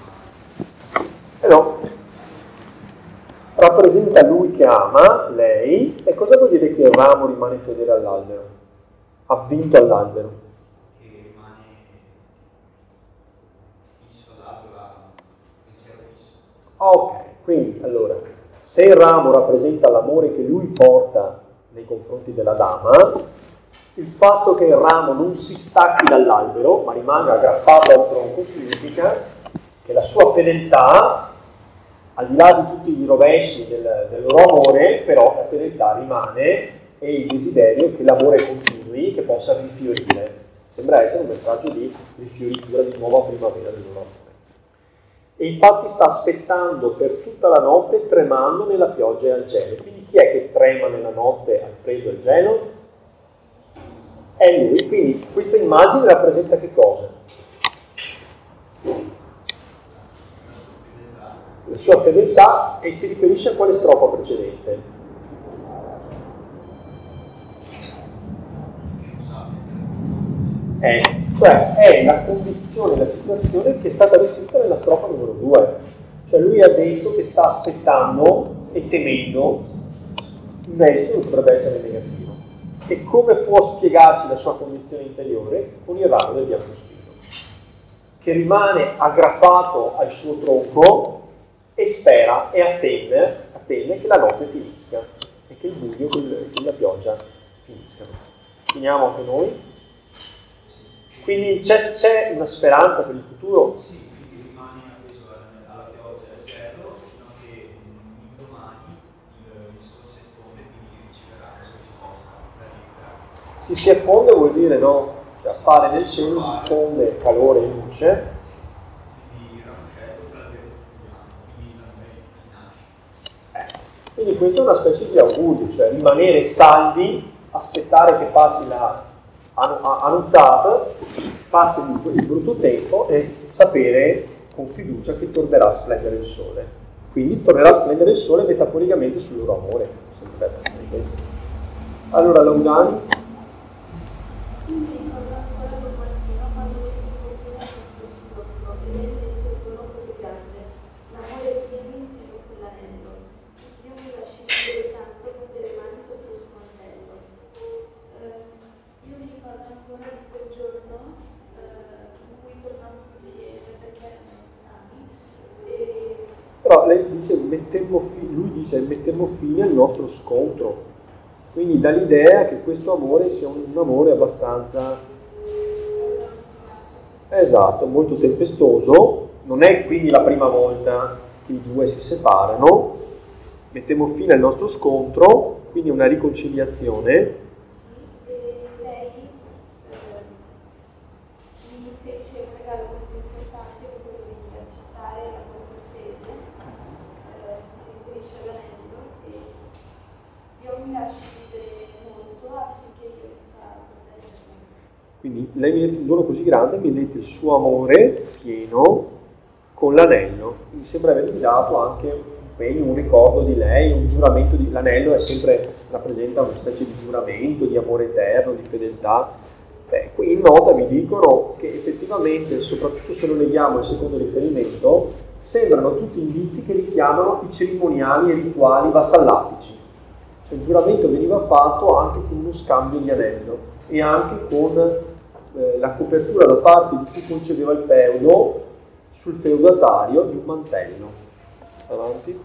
S1: No. Rappresenta lui che ama, lei, e cosa vuol dire che il ramo rimane fedele all'albero? Avvinto all'albero.
S7: che rimane fisso all'altro, pensiero fisso.
S1: Ok, quindi allora, se il ramo rappresenta l'amore che lui porta nei confronti della dama, il fatto che il ramo non si stacchi dall'albero, ma rimanga aggrappato al tronco, significa che la sua fedeltà, al di là di tutti i rovesci del loro amore, però la fedeltà rimane e il desiderio che l'amore continui, che possa rifiorire. Sembra essere un messaggio di rifioritura, di nuova primavera del loro amore. E infatti sta aspettando per tutta la notte, tremando nella pioggia e al gelo. Quindi chi è che trema nella notte al freddo e al gelo? È lui. Quindi questa immagine rappresenta che cosa? La sua fedeltà, e si riferisce a quale strofa precedente? Cioè è la condizione, la situazione che è stata descritta nella strofa numero 2. Cioè lui ha detto che sta aspettando e temendo, il esito potrebbe essere negativo. E come può spiegarsi la sua condizione interiore? Con il ramo del biancospino, che rimane aggrappato al suo tronco e spera e attende che la notte finisca e che il buio e la pioggia finiscano. Finiamo anche noi? Quindi c'è una speranza per il futuro?
S7: Sì, quindi rimane appeso alla pioggia e al gelo fino a che un domani
S1: Si affonde vuol dire no, cioè appare nel cielo, diffonde calore e luce. Quindi questo è una specie di augurio, cioè rimanere saldi, aspettare che passi la Anuttata, passi il brutto tempo e sapere con fiducia che tornerà a splendere il sole. Quindi tornerà a splendere il sole metaforicamente sul loro amore. Allora, Laudani.
S6: Io mi ricordo ancora quel mattino quando vedevo il confine questo sblocco e venne il tuo dono così grande, l'amore pieno insieme con l'anello. Dio mi lasci vedere tanto con delle mani sotto il suo mantello. Io mi ricordo ancora di quel giorno in cui tornammo insieme perché erano lontani.
S1: Però lei dice, lui dice metteremo fine al nostro scontro. Quindi dà l'idea che questo amore sia un amore abbastanza, esatto, molto tempestoso. Non è quindi la prima volta che i due si separano. Mettiamo fine al nostro scontro, quindi una riconciliazione.
S6: Sì, e lei mi fece un regalo molto importante, che quello di accettare l'amore cortese, si riferisce all'anello, e Dio mi lasci vivere molto affinché io mi sa proteggere.
S1: Quindi lei mi mette un dono così grande, mi mette il suo amore pieno con l'anello. Mi sembra avermi dato anche un impegno, un ricordo di lei, un giuramento di l'anello rappresenta una specie di giuramento di amore eterno, di fedeltà. Qui in nota vi dicono che effettivamente, soprattutto se lo leghiamo al secondo riferimento, sembrano tutti indizi che richiamano i cerimoniali e rituali vassallatici. Cioè il giuramento veniva fatto anche con uno scambio di anello e anche con la copertura da parte di chi concedeva il feudo sul feudatario di un mantello. Avanti.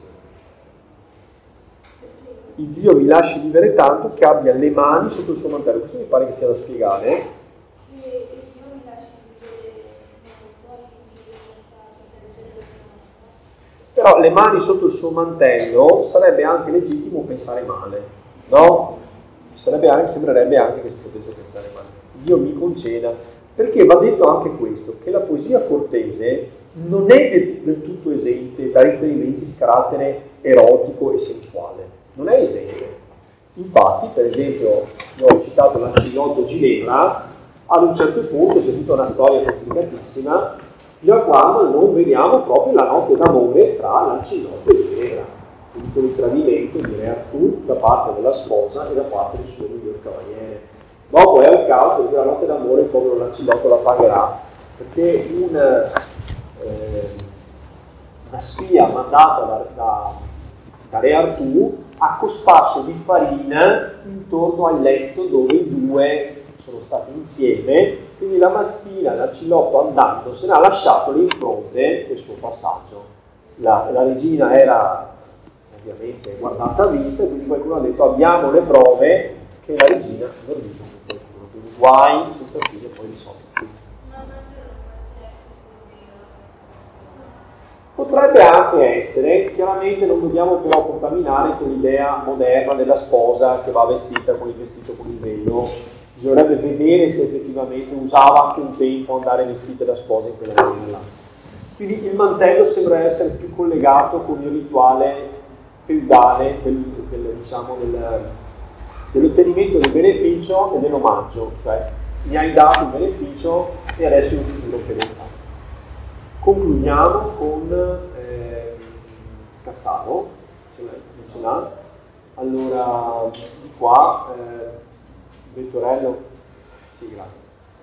S1: Il Dio mi lasci vivere tanto che abbia le mani sotto il suo mantello. Questo mi pare che sia da spiegare.
S6: Che Dio mi lasci vivere molto affinché io possa proteggere la mia vita.
S1: Però le mani sotto il suo mantello sarebbe anche legittimo pensare male, no? Sembrerebbe anche che si potesse pensare male. Dio mi conceda, perché va detto anche questo, che la poesia cortese non è del tutto esente da riferimenti di carattere erotico e sensuale, non è esente. Infatti, per esempio, io ho citato l'Ancilotto Ginevra, ad un certo punto c'è tutta una storia complicatissima, fino a quando non vediamo proprio la notte d'amore tra l'Ancilotto e Ginevra, quindi con il tradimento di Re Artù da parte della sposa e da parte del suo miglior cavaliere. Dopo è un caso che la notte d'amore il povero Lancilotto la pagherà, perché una spia mandata da Re Artù ha cosparso di farina intorno al letto dove i due sono stati insieme, quindi la mattina Lancilotto andando se ne ha lasciato le impronte del suo passaggio. La regina era ovviamente guardata a vista, quindi qualcuno ha detto abbiamo le prove che la regina ha dormito con qualcuno, quindi guai senza fine poi risolti. Potrebbe anche essere, chiaramente non dobbiamo però contaminare con l'idea moderna della sposa che va vestita con il vestito con il velo. Bisognerebbe vedere se effettivamente usava anche un tempo andare vestita da sposa in quella maniera là. Quindi il mantello sembra essere più collegato con il rituale feudale dell'ottenimento del beneficio e dell'omaggio, cioè mi hai dato il beneficio e adesso io ti giuro fedeltà. Concludiamo con Cattaro, non ce l'ha? Allora, di qua, Vettorello, sì, grazie.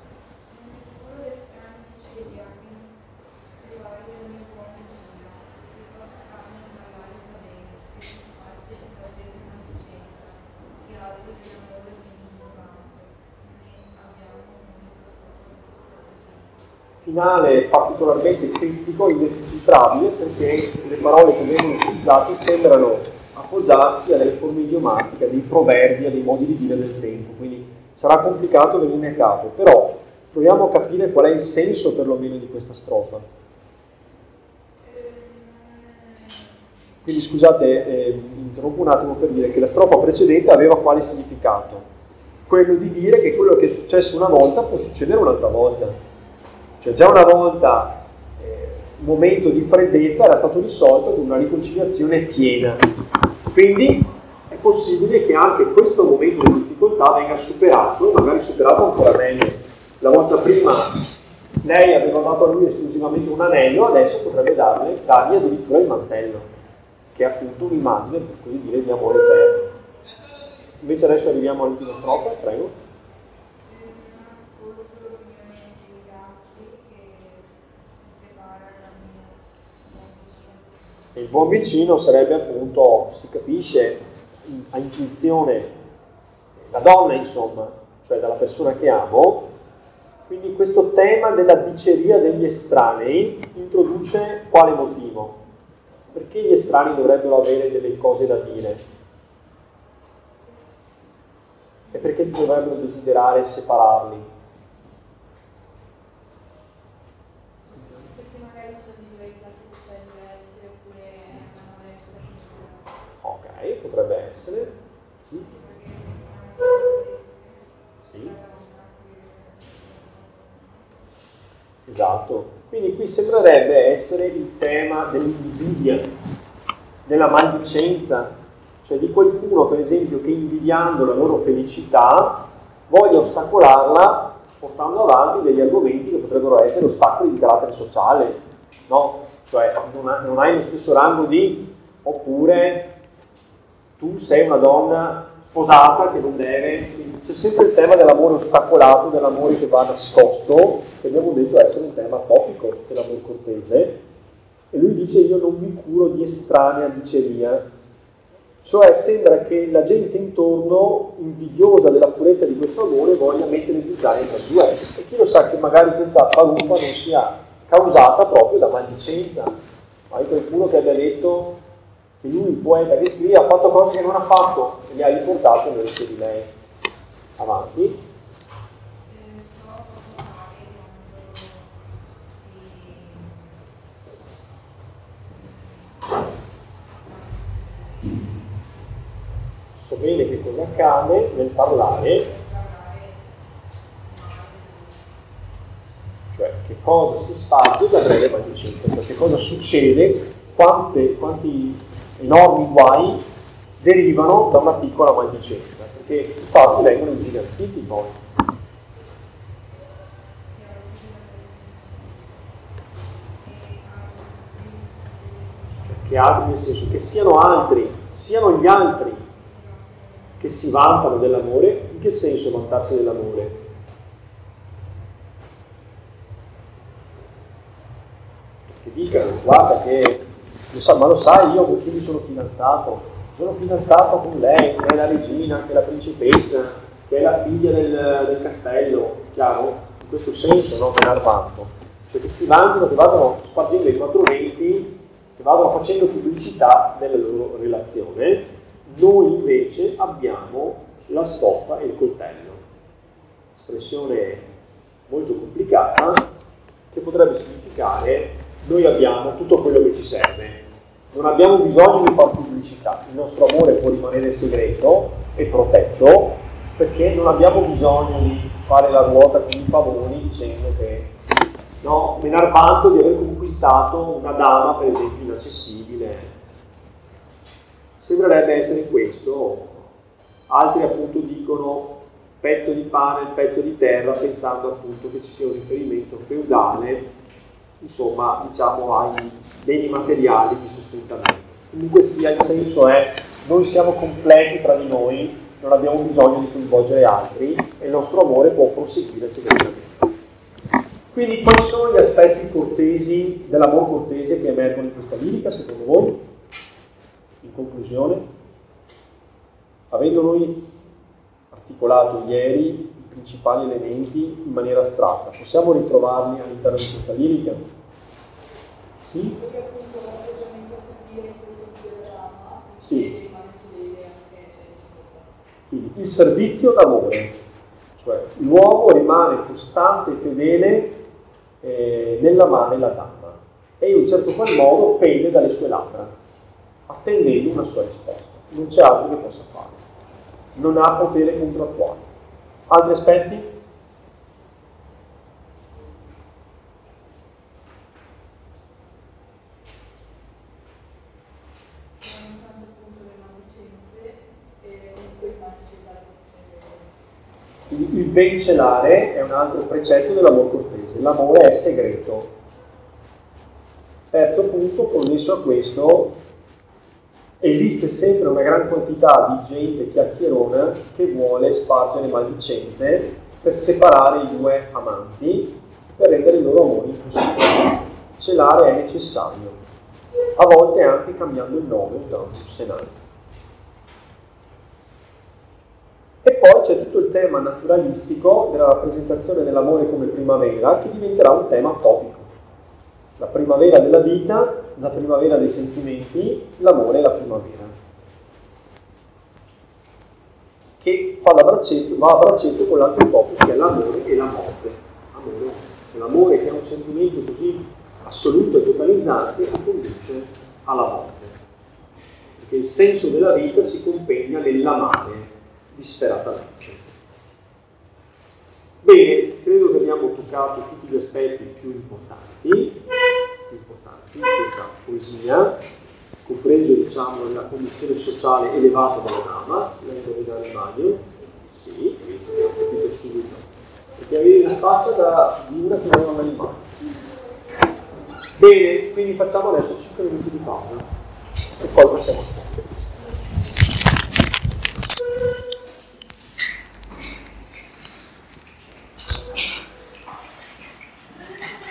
S1: Finale particolarmente critico, indecifrabile, perché le parole che vengono utilizzate sembrano appoggiarsi alle forme idiomatiche, dei proverbi, a dei modi di dire del tempo, quindi sarà complicato venirne a capo, però proviamo a capire qual è il senso perlomeno di questa strofa. Quindi scusate, interrompo un attimo per dire che la strofa precedente aveva quale significato? quello di dire che quello che è successo una volta può succedere un'altra volta. Cioè già una volta un momento di freddezza era stato risolto con una riconciliazione piena. Quindi è possibile che anche questo momento di difficoltà venga superato, magari superato ancora meglio. La volta prima lei aveva dato a lui esclusivamente un anello, adesso potrebbe dargli addirittura il mantello, che è appunto un'immagine, per così dire, di amore eterno. Invece adesso arriviamo all'ultima strofa, prego.
S6: Non ascolto l'opinione degli altri che mi separa dal mio buon vicino.
S1: E il buon vicino sarebbe appunto, si capisce a intuizione, la donna insomma, cioè dalla persona che amo. Quindi questo tema della diceria degli estranei introduce quale motivo? Perché gli estranei dovrebbero avere delle cose da dire? E perché dovrebbero desiderare separarli?
S6: Perché magari sono di due classi sociali diverse oppure hanno le stesse.
S1: Ok, potrebbe essere. Sì.
S6: Perché se
S1: Sì. Esatto. Quindi qui sembrerebbe essere il tema dell'invidia, della maldicenza, cioè di qualcuno, per esempio, che invidiando la loro felicità voglia ostacolarla portando avanti degli argomenti che potrebbero essere ostacoli di carattere sociale, no? Cioè non hai lo stesso rango di, oppure tu sei una donna sposata che non deve. C'è sempre il tema dell'amore ostacolato, dell'amore che va nascosto, che abbiamo detto essere un tema topico dell'amore cortese, e lui dice io non mi curo di estranea diceria, cioè sembra che la gente intorno, invidiosa della purezza di questo amore, voglia mettere zizzania tra due, e chi lo sa che magari questa paruffa non sia causata proprio da maldicenza. Hai qualcuno che abbia detto che lui, il poeta che scrive, ha fatto cose che non ha fatto e le ha riportate nell'orecchio di lei. Avanti.
S6: So cosa fare quando
S1: So bene che cosa accade nel parlare, cioè che cosa si sfagge da breve maldicenza, cioè che cosa succede, quanti enormi guai derivano da una piccola maldicenza, perché i fatti vengono ingigantiti poi. Cioè che altri, nel senso che siano altri, siano gli altri che si vantano dell'amore. In che senso vantarsi dell'amore? Che dicano, guarda che, ma lo sai io con chi mi sono fidanzato con lei, che è la regina, che è la principessa, che è la figlia del castello, chiaro? In questo senso, no? Menarvanto. Cioè che si vantano, che vadano spargendo i quattro venti, che vadano facendo pubblicità della loro relazione. Noi invece abbiamo la stoffa e il coltello. Espressione molto complicata che potrebbe significare noi abbiamo tutto quello che ci serve. Non abbiamo bisogno di fare pubblicità, il nostro amore può rimanere segreto e protetto perché non abbiamo bisogno di fare la ruota con i pavoni dicendo che no, Menarvanto di aver conquistato una dama per esempio inaccessibile. Sembrerebbe essere questo. Altri appunto dicono pezzo di pane, pezzo di terra, pensando appunto che ci sia un riferimento feudale, insomma, diciamo ai beni materiali di sostentamento. Comunque sia, il senso è noi siamo completi tra di noi, non abbiamo bisogno di coinvolgere altri e il nostro amore può proseguire segretamente. Quindi quali sono gli aspetti cortesi dell'amore cortese che emergono in questa lirica, secondo voi? In conclusione, avendo noi articolato ieri i principali elementi in maniera astratta, possiamo ritrovarli all'interno di questa lirica? Sì?
S2: Perché appunto l'atteggiamento a servire in quel dramma
S1: Sì.
S2: rimane fedele anche
S1: Quindi il servizio d'amore, cioè l'uomo rimane costante e fedele nell'amare la dama e in un certo qual modo pende dalle sue labbra, attendendo una sua risposta. Non c'è altro che possa fare, non ha potere contrattuale. Altri aspetti?
S2: Nonostante appunto le maldicenze, comunque rimane Cesare possiede.
S1: Il ben celare è un altro precetto dell'amor cortese. L'amore è segreto. Terzo punto, connesso a questo, esiste sempre una gran quantità di gente chiacchierona che vuole spargere maldicenze per separare i due amanti, per rendere i loro amori impossibili. Celare è necessario, a volte anche cambiando il nome, usando un senato. E poi c'è tutto il tema naturalistico della rappresentazione dell'amore come primavera, che diventerà un tema topico. La primavera della vita, la primavera dei sentimenti, l'amore è la primavera. Che va a braccetto con l'altro topico che è l'amore e la morte. L'amore che è un sentimento così assoluto e totalizzante che conduce alla morte. Perché il senso della vita si compegna nell'amare disperatamente. Bene, credo che abbiamo toccato tutti gli aspetti più importanti di questa poesia, compreso diciamo la condizione sociale elevata della dama. Lei può vedere il bagno? Sì, ho capito subito. Perché avevi una faccia di una che non aveva mai in mano. Bene, quindi facciamo adesso 5 minuti di pausa e poi passiamo.